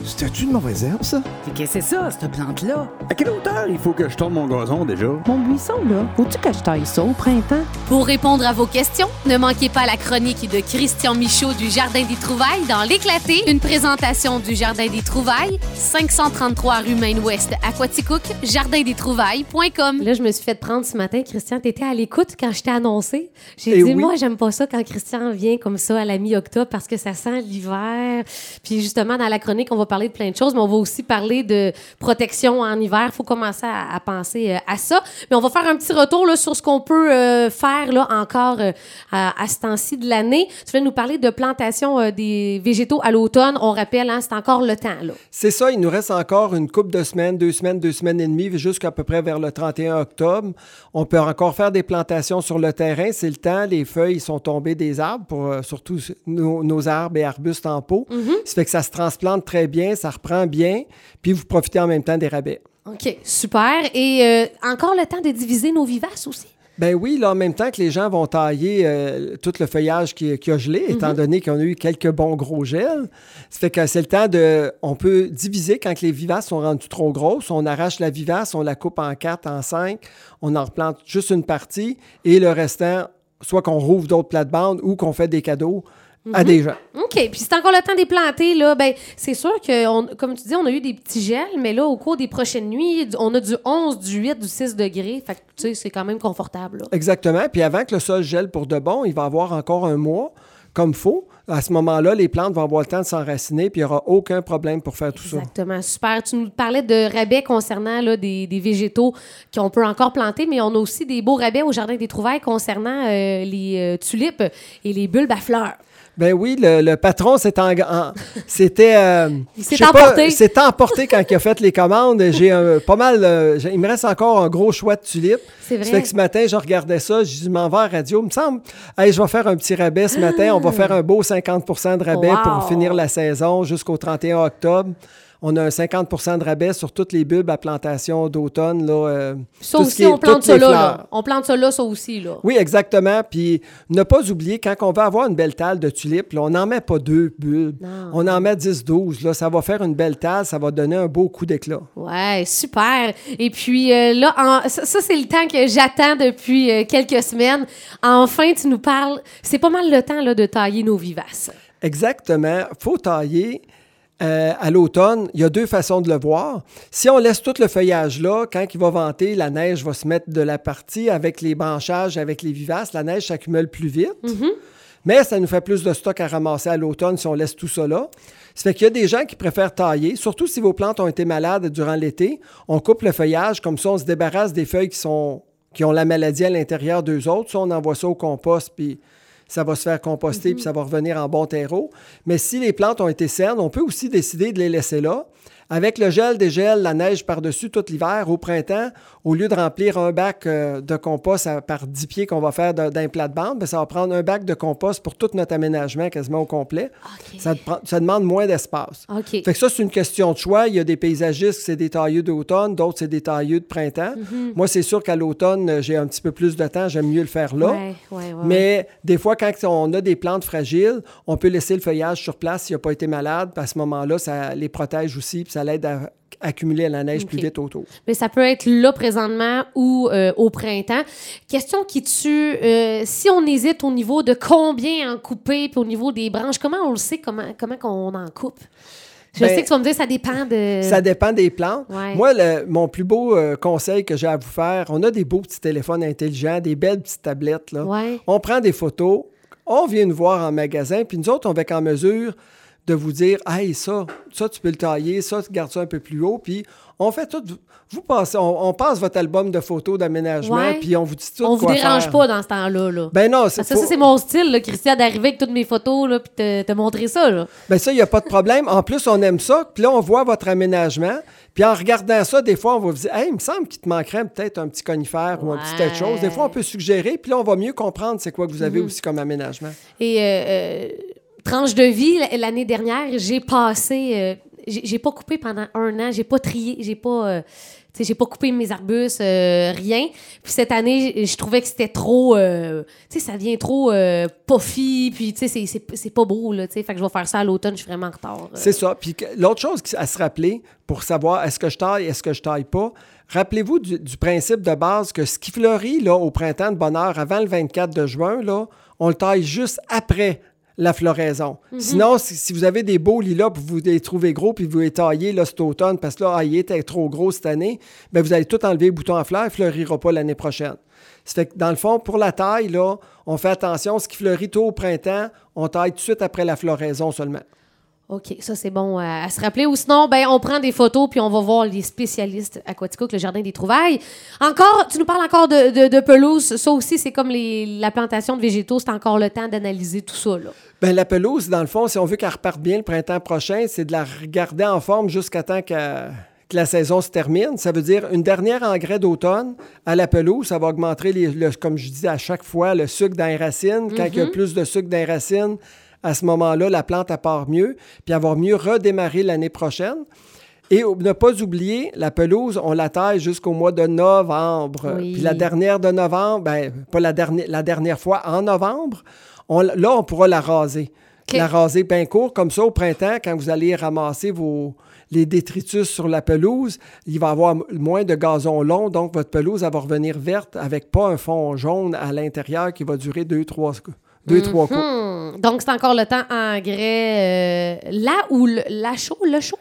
C'était-tu une mauvaise herbe, ça? Mais qu'est-ce que c'est ça, cette plante-là? À quelle hauteur il faut que je tourne mon gazon, déjà? Mon buisson, là, faut-tu que je taille ça au printemps? Pour répondre à vos questions, ne manquez pas la chronique de Christian Michaud du Jardin des Trouvailles dans L'Éclaté, une présentation du Jardin des Trouvailles, 533 rue Maine-Ouest à Quaticook, jardindestrouvailles.com. Là, je me suis fait prendre ce matin. Christian, t'étais à l'écoute quand je t'ai annoncé. J'ai dit, oui. moi, j'aime pas ça quand Christian vient comme ça à la mi-octobre parce que ça sent l'hiver. Puis justement, dans la chronique, on va parler de plein de choses, mais on va aussi parler de protection en hiver. Il faut commencer à penser à ça. Mais on va faire un petit retour là, sur ce qu'on peut faire là, encore à ce temps-ci de l'année. Tu vas nous parler de plantation des végétaux à l'automne. On rappelle, hein, c'est encore le temps. Là. C'est ça, il nous reste encore une couple de semaines, 2 semaines et demie, jusqu'à peu près vers le 31 octobre. On peut encore faire des plantations sur le terrain. C'est le temps. Les feuilles sont tombées des arbres, pour surtout nos arbres et arbustes en pot. Ça fait que ça se transplante très bien, ça reprend bien, puis vous profitez en même temps des rabais. OK, super. Et encore le temps de diviser nos vivaces aussi? Ben oui, là, en même temps que les gens vont tailler tout le feuillage qui a gelé, étant donné qu'on a eu quelques bons gros gels. Ça fait que c'est le temps de... On peut diviser quand les vivaces sont rendues trop grosses. On arrache la vivace, on la coupe en 4, en 5. On en replante juste une partie. Et le restant, soit qu'on rouvre d'autres plates-bandes ou qu'on fait des cadeaux à des gens. OK. Puis c'est encore le temps des planter, là. Ben, c'est sûr que, comme tu dis, on a eu des petits gels, mais là, au cours des prochaines nuits, on a du 11, du 8, du 6 degrés. Fait que, tu sais, c'est quand même confortable, là. Exactement. Puis avant que le sol gèle pour de bon, il va avoir encore un mois, comme faut. À ce moment-là, les plantes vont avoir le temps de s'enraciner, puis il n'y aura aucun problème pour faire tout ça. Exactement. Super. Tu nous parlais de rabais concernant là, des végétaux qu'on peut encore planter, mais on a aussi des beaux rabais au Jardin des Trouvailles concernant les tulipes et les bulbes à fleurs. Ben oui, le patron s'est Il s'est emporté. s'est emporté quand il a fait les commandes. J'ai pas mal... il me reste encore un gros choix de tulipes. C'est vrai. Ça fait que ce matin, je regardais ça, je m'en vais à la radio. Il me semble, hey, je vais faire un petit rabais ce matin. On va faire un beau 50 % de rabais pour finir la saison jusqu'au 31 octobre. On a un 50 % de rabais sur toutes les bulbes à plantation d'automne. Là, Ça aussi, on plante ça là. On plante ça là, ça aussi, là. Oui, exactement. Puis, ne pas oublier, quand on va avoir une belle talle de tulipes, là, on n'en met pas 2 bulbes. Non. On en met 10-12. Là, ça va faire une belle talle. Ça va donner un beau coup d'éclat. Ouais, super. Et puis là, ça, c'est le temps que j'attends depuis quelques semaines. Enfin, tu nous parles... C'est pas mal le temps là, de tailler nos vivaces. Exactement. Il faut tailler... à l'automne, il y a 2 façons de le voir. Si on laisse tout le feuillage là, quand il va venter, la neige va se mettre de la partie avec les branchages, avec les vivaces. La neige s'accumule plus vite. Mais ça nous fait plus de stock à ramasser à l'automne si on laisse tout ça là. Ça fait qu'il y a des gens qui préfèrent tailler, surtout si vos plantes ont été malades durant l'été. On coupe le feuillage, comme ça on se débarrasse des feuilles qui ont la maladie à l'intérieur d'eux autres. Ça, on envoie ça au compost, puis ça va se faire composter, puis ça va revenir en bon terreau. Mais si les plantes ont été saines, on peut aussi décider de les laisser là. Avec le gel, dégel, la neige par-dessus tout l'hiver, au printemps, au lieu de remplir un bac de compost par 10 pieds qu'on va faire d'un plate-bande, bien, ça va prendre un bac de compost pour tout notre aménagement quasiment au complet. Okay. Ça demande moins d'espace. OK. Fait que ça, c'est une question de choix. Il y a des paysagistes, c'est des tailleux d'automne, d'autres, c'est des tailleux de printemps. Moi, c'est sûr qu'à l'automne, j'ai un petit peu plus de temps, j'aime mieux le faire là. Ouais. Mais des fois, quand on a des plantes fragiles, on peut laisser le feuillage sur place s'il n'a pas été malade. Puis à ce moment-là, ça les protège aussi, puis ça l'aide à accumuler la neige plus vite autour. Mais ça peut être là présentement ou au printemps. Question qui tue, si on hésite au niveau de combien en couper, puis au niveau des branches, comment on le sait, comment qu'on en coupe? Je sais que tu vas me dire, ça dépend de... Ça dépend des plantes. Ouais. Moi, mon plus beau conseil que j'ai à vous faire, on a des beaux petits téléphones intelligents, des belles petites tablettes. Là. Ouais. On prend des photos, on vient nous voir en magasin, puis nous autres, on va être en mesure de vous dire « Hey, ça, tu peux le tailler, ça, tu gardes ça un peu plus haut. » Puis on fait tout... On passe votre album de photos d'aménagement, puis on vous dit tout on quoi faire. vous dérange pas dans ce temps-là. Là. Ben non, ça, c'est mon style, là, Christian, d'arriver avec toutes mes photos, là, puis te montrer ça. Là. Ben ça, il n'y a pas de problème. En plus, on aime ça. Puis là, on voit votre aménagement. Puis en regardant ça, des fois, on va vous dire « Hey, il me semble qu'il te manquerait peut-être un petit conifère ou un petit quelque chose. » Des fois, on peut suggérer. Puis là, on va mieux comprendre c'est quoi que vous avez aussi comme aménagement. Et tranche de vie, l'année dernière, j'ai passé... j'ai pas coupé pendant 1 an. J'ai pas trié. J'ai pas... sais, j'ai pas coupé mes arbustes, rien. Puis cette année, je trouvais que c'était trop... tu sais, ça devient trop puffy, puis tu sais, c'est pas beau, là, tu sais. Fait que je vais faire ça à l'automne, je suis vraiment en retard. C'est ça. Puis l'autre chose à se rappeler, pour savoir est-ce que je taille, est-ce que je taille pas, rappelez-vous du principe de base que ce qui fleurit là, au printemps de bonne heure, avant le 24 de juin, là, on le taille juste après la floraison. Sinon, si vous avez des beaux lilas, puis vous les trouvez gros, puis vous les taillez là, cet automne, parce que là, il était trop gros cette année, bien, vous allez tout enlever les boutons à fleurs, il ne fleurira pas l'année prochaine. Ça fait que, dans le fond, pour la taille, là, on fait attention, ce qui fleurit tôt au printemps, on taille tout de suite après la floraison seulement. OK, ça, c'est bon à se rappeler. Ou sinon, ben, on prend des photos puis on va voir les spécialistes Aquaticook, le Jardin des Trouvailles. Encore, tu nous parles encore de pelouse. Ça aussi, c'est comme la plantation de végétaux. C'est encore le temps d'analyser tout ça, là. Bien, la pelouse, dans le fond, si on veut qu'elle reparte bien le printemps prochain, c'est de la regarder en forme jusqu'à temps que la saison se termine. Ça veut dire une dernière engrais d'automne à la pelouse. Ça va augmenter, comme je dis à chaque fois, le sucre dans les racines. Quand il y a plus de sucre dans les racines, à ce moment-là, la plante, elle part mieux, puis elle va mieux redémarrer l'année prochaine. Et ne pas oublier, la pelouse, on la taille jusqu'au mois de novembre. Oui. Puis la dernière de novembre, bien, pas la dernière fois, en novembre, là, on pourra la raser. Okay. La raser bien court, comme ça, au printemps, quand vous allez ramasser les détritus sur la pelouse, il va y avoir moins de gazon long, donc votre pelouse, elle va revenir verte avec pas un fond jaune à l'intérieur qui va durer 2-3 coups. Donc, c'est encore le temps engrais là ou la chaux? La chaux,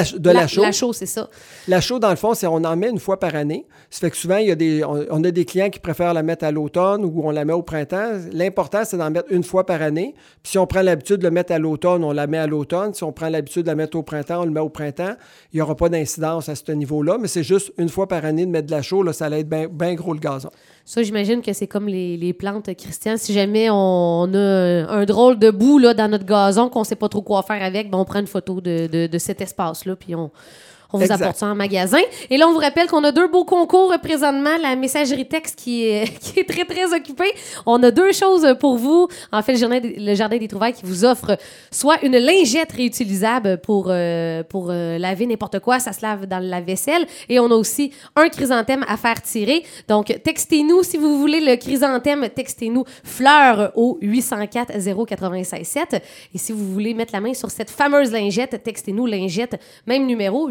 c'est ça. La chaux, dans le fond, on en met une fois par année. Ça fait que souvent, on a des clients qui préfèrent la mettre à l'automne ou on la met au printemps. L'important, c'est d'en mettre une fois par année. Puis si on prend l'habitude de le mettre à l'automne, on la met à l'automne. Si on prend l'habitude de la mettre au printemps, on le met au printemps. Il n'y aura pas d'incidence à ce niveau-là, mais c'est juste une fois par année de mettre de la chaux. Là, ça allait être bien gros le gazon. Ça, j'imagine que c'est comme les plantes, Christian. Si jamais on a un drôle de bout là, dans notre gazon qu'on ne sait pas trop quoi faire avec, ben on prend une photo de cet espace-là, puis on vous apporte ça en magasin. Et là, on vous rappelle qu'on a 2 beaux concours présentement. La messagerie texte qui est très, très occupée. On a 2 choses pour vous. En fait, le Jardin des Trouvailles qui vous offre soit une lingette réutilisable pour laver n'importe quoi. Ça se lave dans la vaisselle. Et on a aussi un chrysanthème à faire tirer. Donc, textez-nous si vous voulez le chrysanthème. Textez-nous fleurs au 804 096 Et si vous voulez mettre la main sur cette fameuse lingette, textez-nous lingette, même numéro,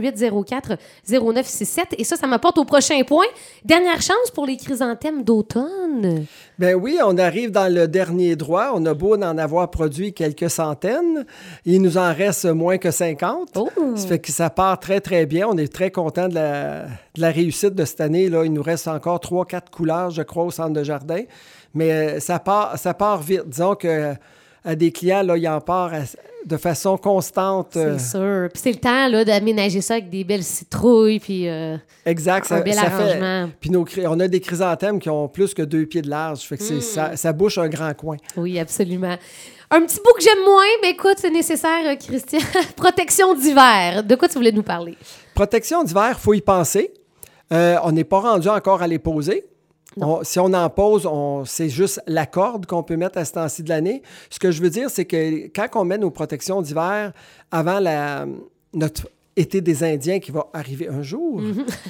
804-0967. Et ça m'apporte au prochain point. Dernière chance pour les chrysanthèmes d'automne. Ben oui, on arrive dans le dernier droit. On a beau en avoir produit quelques centaines. Il nous en reste moins que 50. Oh. Ça fait que ça part très, très bien. On est très content de la réussite de cette année. Là, il nous reste encore 3-4 couleurs, je crois, au centre de jardin. Mais ça part vite. Disons que à des clients, là, ils en partent de façon constante. C'est sûr. Puis c'est le temps là, d'aménager ça avec des belles citrouilles, puis exact, un bel arrangement. Puis on a des chrysanthèmes qui ont plus que 2 pieds de large. Fait que ça bouche un grand coin. Oui, absolument. Un petit bout que j'aime moins, mais écoute, c'est nécessaire, Christian. Protection d'hiver. De quoi tu voulais nous parler? Protection d'hiver, il faut y penser. On n'est pas rendu encore à les poser. Si on en pose, c'est juste la corde qu'on peut mettre à ce temps-ci de l'année. Ce que je veux dire, c'est que quand on met nos protections d'hiver avant notre été des Indiens qui va arriver un jour,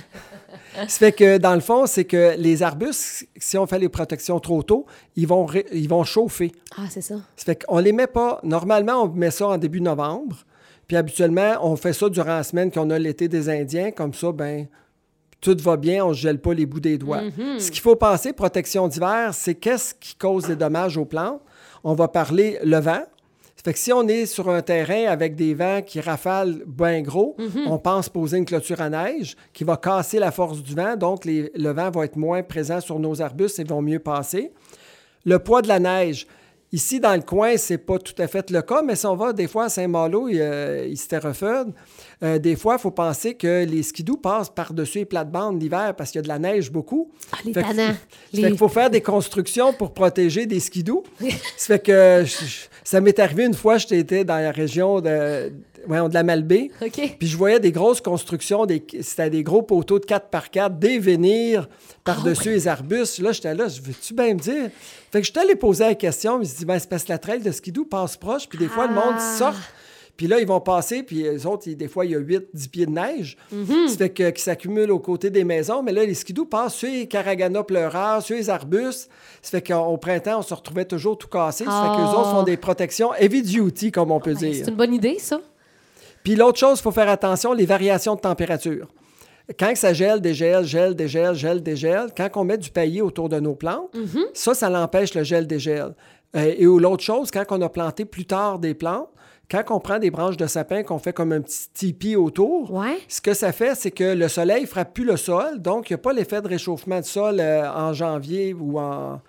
ça fait que, dans le fond, c'est que les arbustes, si on fait les protections trop tôt, ils vont chauffer. Ah, c'est ça. Ça fait qu'on les met pas... Normalement, on met ça en début novembre. Puis habituellement, on fait ça durant la semaine qu'on a l'été des Indiens. Comme ça, ben tout va bien, on ne gèle pas les bouts des doigts. Ce qu'il faut penser, protection d'hiver, c'est qu'est-ce qui cause des dommages aux plantes. On va parler le vent. Ça fait que si on est sur un terrain avec des vents qui rafalent bien gros, on pense poser une clôture à neige qui va casser la force du vent. Donc, le vent va être moins présent sur nos arbustes et vont mieux passer. Le poids de la neige. Ici, dans le coin, ce n'est pas tout à fait le cas, mais si on va des fois à Saint-Malo, il s'éterofeude. Des fois, il faut penser que les skidoo passent par-dessus les plates-bandes l'hiver parce qu'il y a de la neige beaucoup. Ah, les tannants. Ça fait qu'il faut faire des constructions pour protéger des skidoo. Ça fait que ça m'est arrivé une fois, j'étais dans la région de la Malbaie. Okay. Puis je voyais des grosses constructions, c'était des gros poteaux de 4x4, dévenir par-dessus les arbustes. Là, j'étais là, veux-tu bien me dire? Fait que j'étais allé poser la question, je me suis dit, c'est parce que la trail de skidoo passe proche, puis des fois, le monde sort. Puis là, ils vont passer, puis les autres, des fois, il y a 8-10 pieds de neige. Ça fait qu'ils s'accumulent aux côtés des maisons. Mais là, les skidoo passent sur les caragana pleureurs, sur les arbustes. Ça fait qu'au printemps, on se retrouvait toujours tout cassé. Ça fait qu'eux autres font des protections heavy duty, comme on peut dire. C'est une bonne idée, ça. Puis l'autre chose, il faut faire attention, les variations de température. Quand ça gèle, dégèle, gèle, dégèle, gèle, dégèle, quand on met du paillis autour de nos plantes, ça l'empêche le gel, dégèle. Et l'autre chose, quand on a planté plus tard des plantes, quand on prend des branches de sapin, qu'on fait comme un petit tipi autour, ce que ça fait, c'est que le soleil ne frappe plus le sol, donc il n'y a pas l'effet de réchauffement du sol en janvier ou en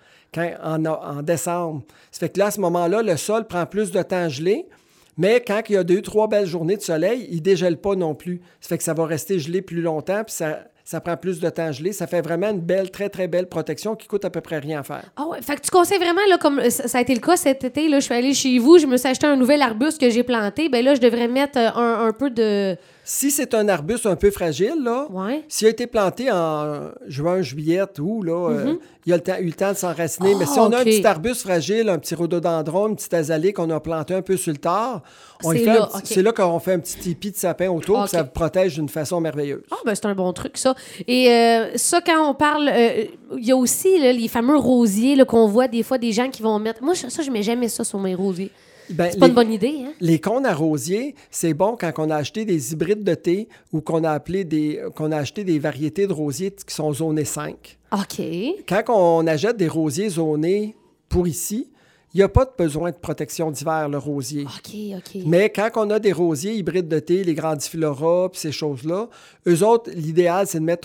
décembre. Ça fait que là, à ce moment-là, le sol prend plus de temps à geler, mais quand il y a 2-3 belles journées de soleil, il ne dégèle pas non plus. Ça fait que ça va rester gelé plus longtemps, puis ça prend plus de temps à geler. Ça fait vraiment une belle, très, très belle protection qui coûte à peu près rien à faire. Ah ouais, fait que tu conseilles vraiment, là, comme ça a été le cas cet été, là, je suis allée chez vous, je me suis acheté un nouvel arbuste que j'ai planté, bien là, je devrais mettre un peu de... Si c'est un arbuste un peu fragile, là, s'il a été planté en juin, juillet, août, là, il a eu le temps de s'enraciner. Mais si on a un petit arbuste fragile, un petit rhododendron, une petite azalée qu'on a planté un peu sur le tard, c'est là qu'on fait un petit tipi de sapin autour, puis ça vous protège d'une façon merveilleuse. Ah, ben c'est un bon truc, ça. Et ça, quand on parle, il y a aussi là, les fameux rosiers là, qu'on voit des fois des gens qui vont mettre... Moi, ça, je ne mets jamais ça sur mes rosiers. C'est pas une bonne idée, hein? Les cônes à rosiers, c'est bon quand on a acheté des hybrides de thé ou qu'on a acheté des variétés de rosiers qui sont zonés 5. OK. Quand on achète des rosiers zonés pour ici, il n'y a pas de besoin de protection d'hiver, le rosier. OK. Mais quand on a des rosiers hybrides de thé, les grandiflora puis ces choses-là, eux autres, l'idéal, c'est de mettre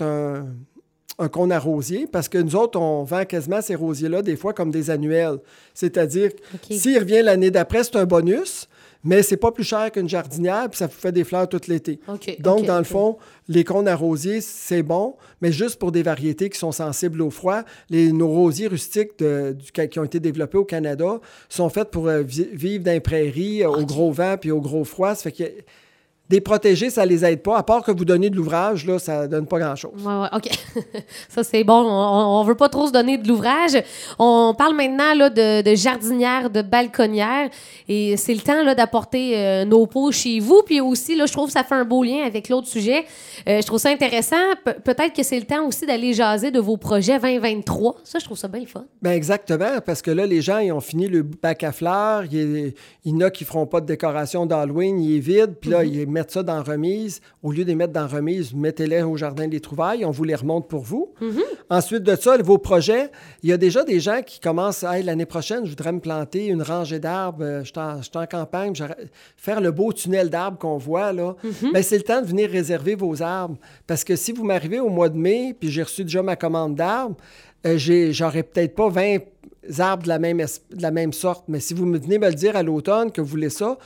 un cône à rosier, parce que nous autres, on vend quasiment ces rosiers-là des fois comme des annuels. C'est-à-dire, s'il revient l'année d'après, c'est un bonus, mais c'est pas plus cher qu'une jardinière, puis ça vous fait des fleurs tout l'été. Donc, dans le fond, les cônes à rosier, c'est bon, mais juste pour des variétés qui sont sensibles au froid. Nos rosiers rustiques qui ont été développés au Canada sont faits pour vivre dans les prairies, au gros vent puis au gros froid. Ça fait que des protégés, ça ne les aide pas. À part que vous donnez de l'ouvrage, là, ça ne donne pas grand-chose. Ouais, OK. Ça, c'est bon. On ne veut pas trop se donner de l'ouvrage. On parle maintenant là, de jardinière, de balconnière. Et c'est le temps là, d'apporter nos pots chez vous. Puis aussi, là, je trouve que ça fait un beau lien avec l'autre sujet. Je trouve ça intéressant. Peut-être que c'est le temps aussi d'aller jaser de vos projets 2023. Ça, je trouve ça bien le fun. Bien, exactement. Parce que là, les gens, ils ont fini le bac à fleurs. Il y en a qui ne feront pas de décoration d'Halloween. Il est vide. Puis là, ils mettre ça dans remise. Au lieu de les mettre dans remise, mettez-les au Jardin des Trouvailles. On vous les remonte pour vous. Ensuite de ça, vos projets, il y a déjà des gens qui commencent « l'année prochaine, je voudrais me planter une rangée d'arbres. Je suis en campagne. Faire le beau tunnel d'arbres qu'on voit. Là. Bien, c'est le temps de venir réserver vos arbres. Parce que si vous m'arrivez au mois de mai, puis j'ai reçu déjà ma commande d'arbres, j'aurais peut-être pas 20 arbres de la même sorte. Mais si vous venez me le dire à l'automne que vous voulez ça,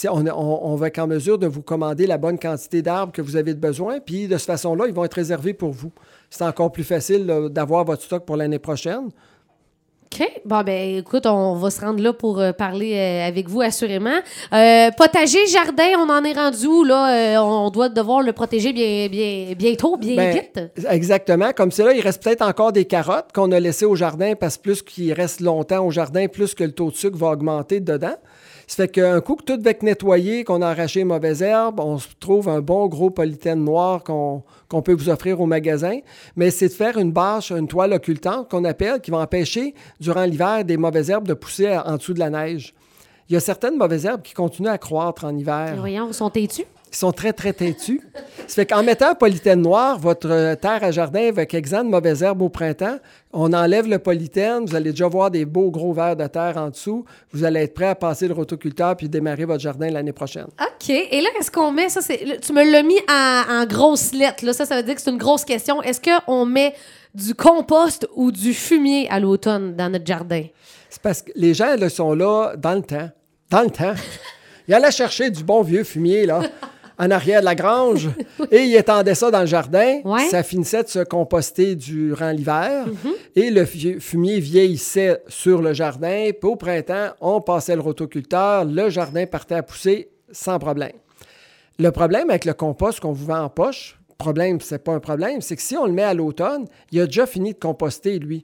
on va être en mesure de vous commander la bonne quantité d'arbres que vous avez besoin. Puis de cette façon-là, ils vont être réservés pour vous. C'est encore plus facile là, d'avoir votre stock pour l'année prochaine. OK. Bon, ben écoute, on va se rendre là pour parler avec vous, assurément. Potager, jardin, on en est rendu où, là? On doit devoir le protéger bientôt, vite. Exactement. Comme c'est là, il reste peut-être encore des carottes qu'on a laissées au jardin parce que plus qu'il reste longtemps au jardin, plus que le taux de sucre va augmenter dedans. Ça fait qu'un coup que tout va être nettoyé, qu'on a arraché les mauvaises herbes, on se trouve un bon gros polythène noir qu'on peut vous offrir au magasin. Mais c'est de faire une bâche, une toile occultante qu'on appelle, qui va empêcher, durant l'hiver, des mauvaises herbes de pousser en dessous de la neige. Il y a certaines mauvaises herbes qui continuent à croître en hiver. Voyons, ils sont têtus. Ils sont très, très têtus. Ça fait qu'en mettant un polythène noir, votre terre à jardin avec exempt de mauvaises herbes au printemps, on enlève le polythène, vous allez déjà voir des beaux gros vers de terre en dessous. Vous allez être prêt à passer le rotoculteur puis démarrer votre jardin l'année prochaine. OK. Et là, est-ce qu'on met ça? Tu me l'as mis en grosses lettres. Là. Ça veut dire que c'est une grosse question. Est-ce qu'on met du compost ou du fumier à l'automne dans notre jardin? C'est parce que les gens là, sont là dans le temps. Dans le temps. Ils allaient chercher du bon vieux fumier, là. En arrière de la grange, et il étendait ça dans le jardin. Ouais. Ça finissait de se composter durant l'hiver, et le fumier vieillissait sur le jardin. Puis au printemps, on passait le rotoculteur, le jardin partait à pousser sans problème. Le problème avec le compost qu'on vous vend en poche, c'est pas un problème, c'est que si on le met à l'automne, il a déjà fini de composter, lui.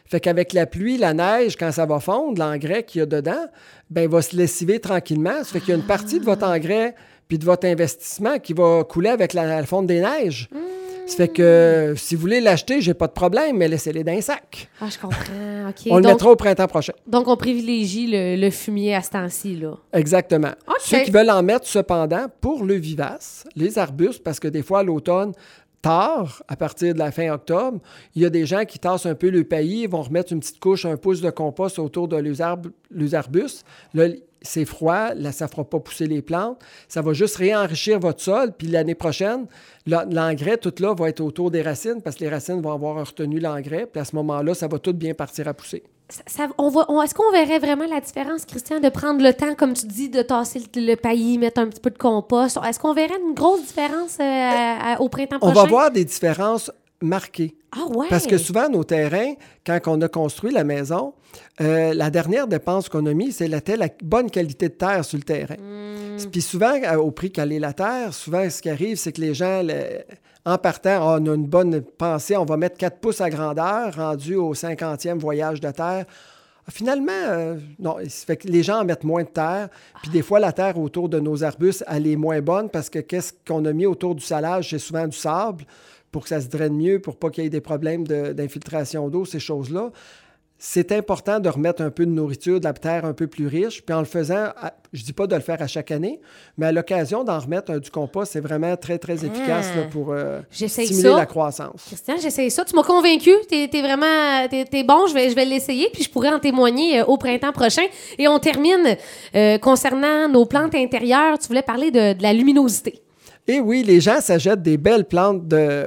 Fait qu'avec la pluie, la neige, quand ça va fondre, l'engrais qu'il y a dedans, ben, il va se lessiver tranquillement. Ça fait qu'il y a une partie de votre engrais puis de votre investissement qui va couler avec la fonte des neiges. Ça fait que si vous voulez l'acheter, j'ai pas de problème, mais laissez-les dans un sac. Ah, je comprends. OK. On le mettra au printemps prochain. Donc, on privilégie le fumier à ce temps-ci, là. Exactement. OK. Ceux qui veulent en mettre, cependant, pour le vivace, les arbustes, parce que des fois, à l'automne, tard, à partir de la fin octobre, il y a des gens qui tassent un peu le paillis, ils vont remettre une petite couche, 1 pouce de compost autour de les arbustes. Là, c'est froid, là, ça ne fera pas pousser les plantes. Ça va juste réenrichir votre sol. Puis l'année prochaine, l'engrais, tout là, va être autour des racines parce que les racines vont avoir retenu l'engrais. Puis à ce moment-là, ça va tout bien partir à pousser. Est-ce qu'on verrait vraiment la différence, Christian, de prendre le temps, comme tu dis, de tasser le paillis, mettre un petit peu de compost? Est-ce qu'on verrait une grosse différence au printemps prochain? On va voir des différences marquées. Ah ouais? Parce que souvent, nos terrains, quand on a construit la maison, la dernière dépense qu'on a mise, c'est la bonne qualité de terre sur le terrain. Puis souvent, au prix qu'elle est la terre, souvent, ce qui arrive, c'est que les gens, en partant, on a une bonne pensée, on va mettre 4 pouces à grandeur, rendu au 50e voyage de terre. Finalement, non, ça fait que les gens en mettent moins de terre. Puis des fois, la terre autour de nos arbustes, elle est moins bonne parce que qu'est-ce qu'on a mis autour du salage, c'est souvent du sable pour que ça se draine mieux, pour pas qu'il y ait des problèmes d'infiltration d'eau, ces choses-là. C'est important de remettre un peu de nourriture, de la terre un peu plus riche. Puis en le faisant, je ne dis pas de le faire à chaque année, mais à l'occasion d'en remettre du compost, c'est vraiment très, très efficace là, pour stimuler la croissance. Christian, j'essaye ça. Tu m'as convaincu. T'es vraiment t'es bon. Je vais l'essayer, puis je pourrais en témoigner au printemps prochain. Et on termine concernant nos plantes intérieures. Tu voulais parler de la luminosité. Et oui, les gens s'achètent des belles plantes de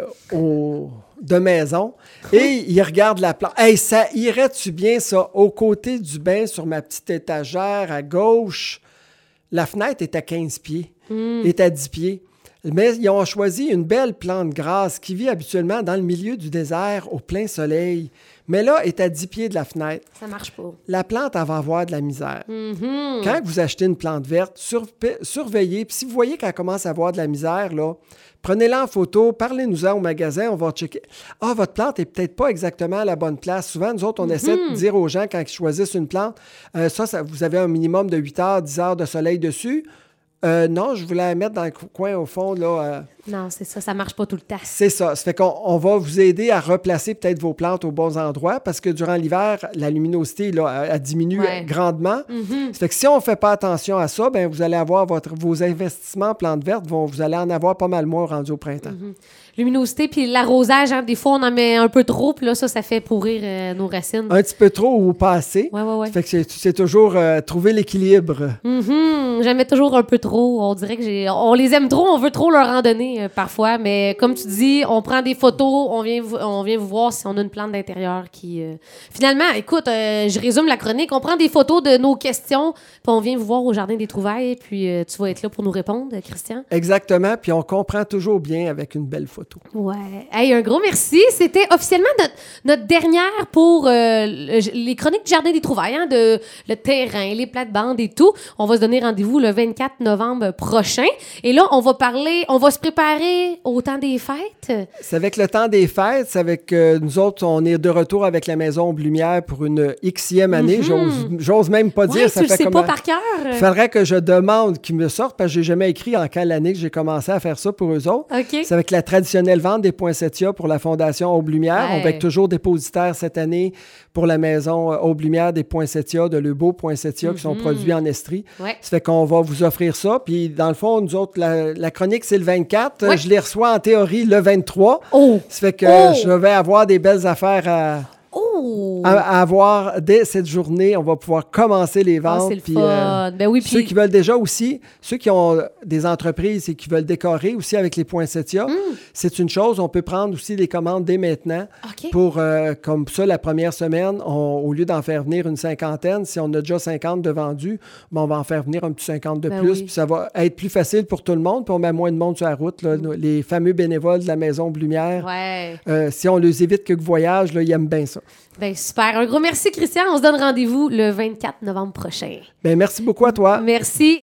maison et ils regardent la plante. Hey, ça irait-tu bien, ça, au côté du bain, sur ma petite étagère à gauche? La fenêtre est à 15 pieds, est à 10 pieds. Mais ils ont choisi une belle plante grasse qui vit habituellement dans le milieu du désert au plein soleil. Mais là, est à 10 pieds de la fenêtre. Ça marche pas. La plante, elle va avoir de la misère. Quand vous achetez une plante verte, surveillez. Puis si vous voyez qu'elle commence à avoir de la misère, là, prenez-la en photo, parlez-nous-en au magasin, on va checker. Ah, votre plante n'est peut-être pas exactement à la bonne place. Souvent, nous autres, on essaie de dire aux gens, quand ils choisissent une plante, ça, vous avez un minimum de 8 heures, 10 heures de soleil dessus. Non, je voulais la mettre dans le coin au fond, là. Non, c'est ça marche pas tout le temps. C'est ça. Ça fait qu'on va vous aider à replacer peut-être vos plantes aux bons endroits parce que durant l'hiver, la luminosité, là, elle diminue grandement. Ça fait que si on ne fait pas attention à ça, bien, vous allez avoir vos investissements en plantes vertes, vous allez en avoir pas mal moins rendu au printemps. Luminosité, puis l'arrosage, hein, des fois, on en met un peu trop, puis là, ça fait pourrir nos racines. Un petit peu trop ou pas assez. Ouais. Fait que c'est toujours trouver l'équilibre. J'en mets toujours un peu trop. On dirait que on les aime trop, on veut trop leur en donner parfois, mais comme tu dis, on prend des photos, on vient vous voir si on a une plante d'intérieur qui... Finalement, écoute, je résume la chronique, on prend des photos de nos questions, puis on vient vous voir au Jardin des Trouvailles, puis tu vas être là pour nous répondre, Christian. Exactement, puis on comprend toujours bien avec une belle photo. Ouais. Hey, un gros merci. C'était officiellement notre dernière pour les chroniques du Jardin des Trouvailles, hein, de le terrain, les plates-bandes et tout. On va se donner rendez-vous le 24 novembre prochain. Et là, on va se préparer au temps des fêtes. C'est avec le temps des fêtes, c'est avec nous autres, on est de retour avec la Maison Lumière pour une Xème année. J'ose même pas dire. Ça tu fait le sais pas par cœur. Il faudrait que je demande qu'ils me sortent parce que j'ai jamais écrit en quelle année que j'ai commencé à faire ça pour eux autres. Okay. C'est avec la traditionnelle vente des poinsettias pour la Fondation Aube Lumière. On va être toujours dépositaire cette année pour la Maison Aube Lumière des poinsettias, de le beau poinsettias qui sont produits en Estrie. Ouais. Ça fait qu'on va vous offrir ça. Puis dans le fond, nous autres, la chronique, c'est le 24. Je les reçois en théorie le 23. Ça fait que je vais avoir des belles affaires à avoir dès cette journée. On va pouvoir commencer les ventes. C'est le fun. Ceux qui veulent déjà aussi, ceux qui ont des entreprises et qui veulent décorer aussi avec les poinsettias, c'est une chose. On peut prendre aussi des commandes dès maintenant pour, comme ça, la première semaine, au lieu d'en faire venir une cinquantaine, si on a déjà 50 de vendus, on va en faire venir un petit 50 de plus. Puis ça va être plus facile pour tout le monde, puis on met moins de monde sur la route. Là, les fameux bénévoles de la Maison Lumière, si on les évite quelques voyages, là, ils aiment bien ça. Ben super. Un gros merci, Christian. On se donne rendez-vous le 24 novembre prochain. Ben merci beaucoup à toi. Merci.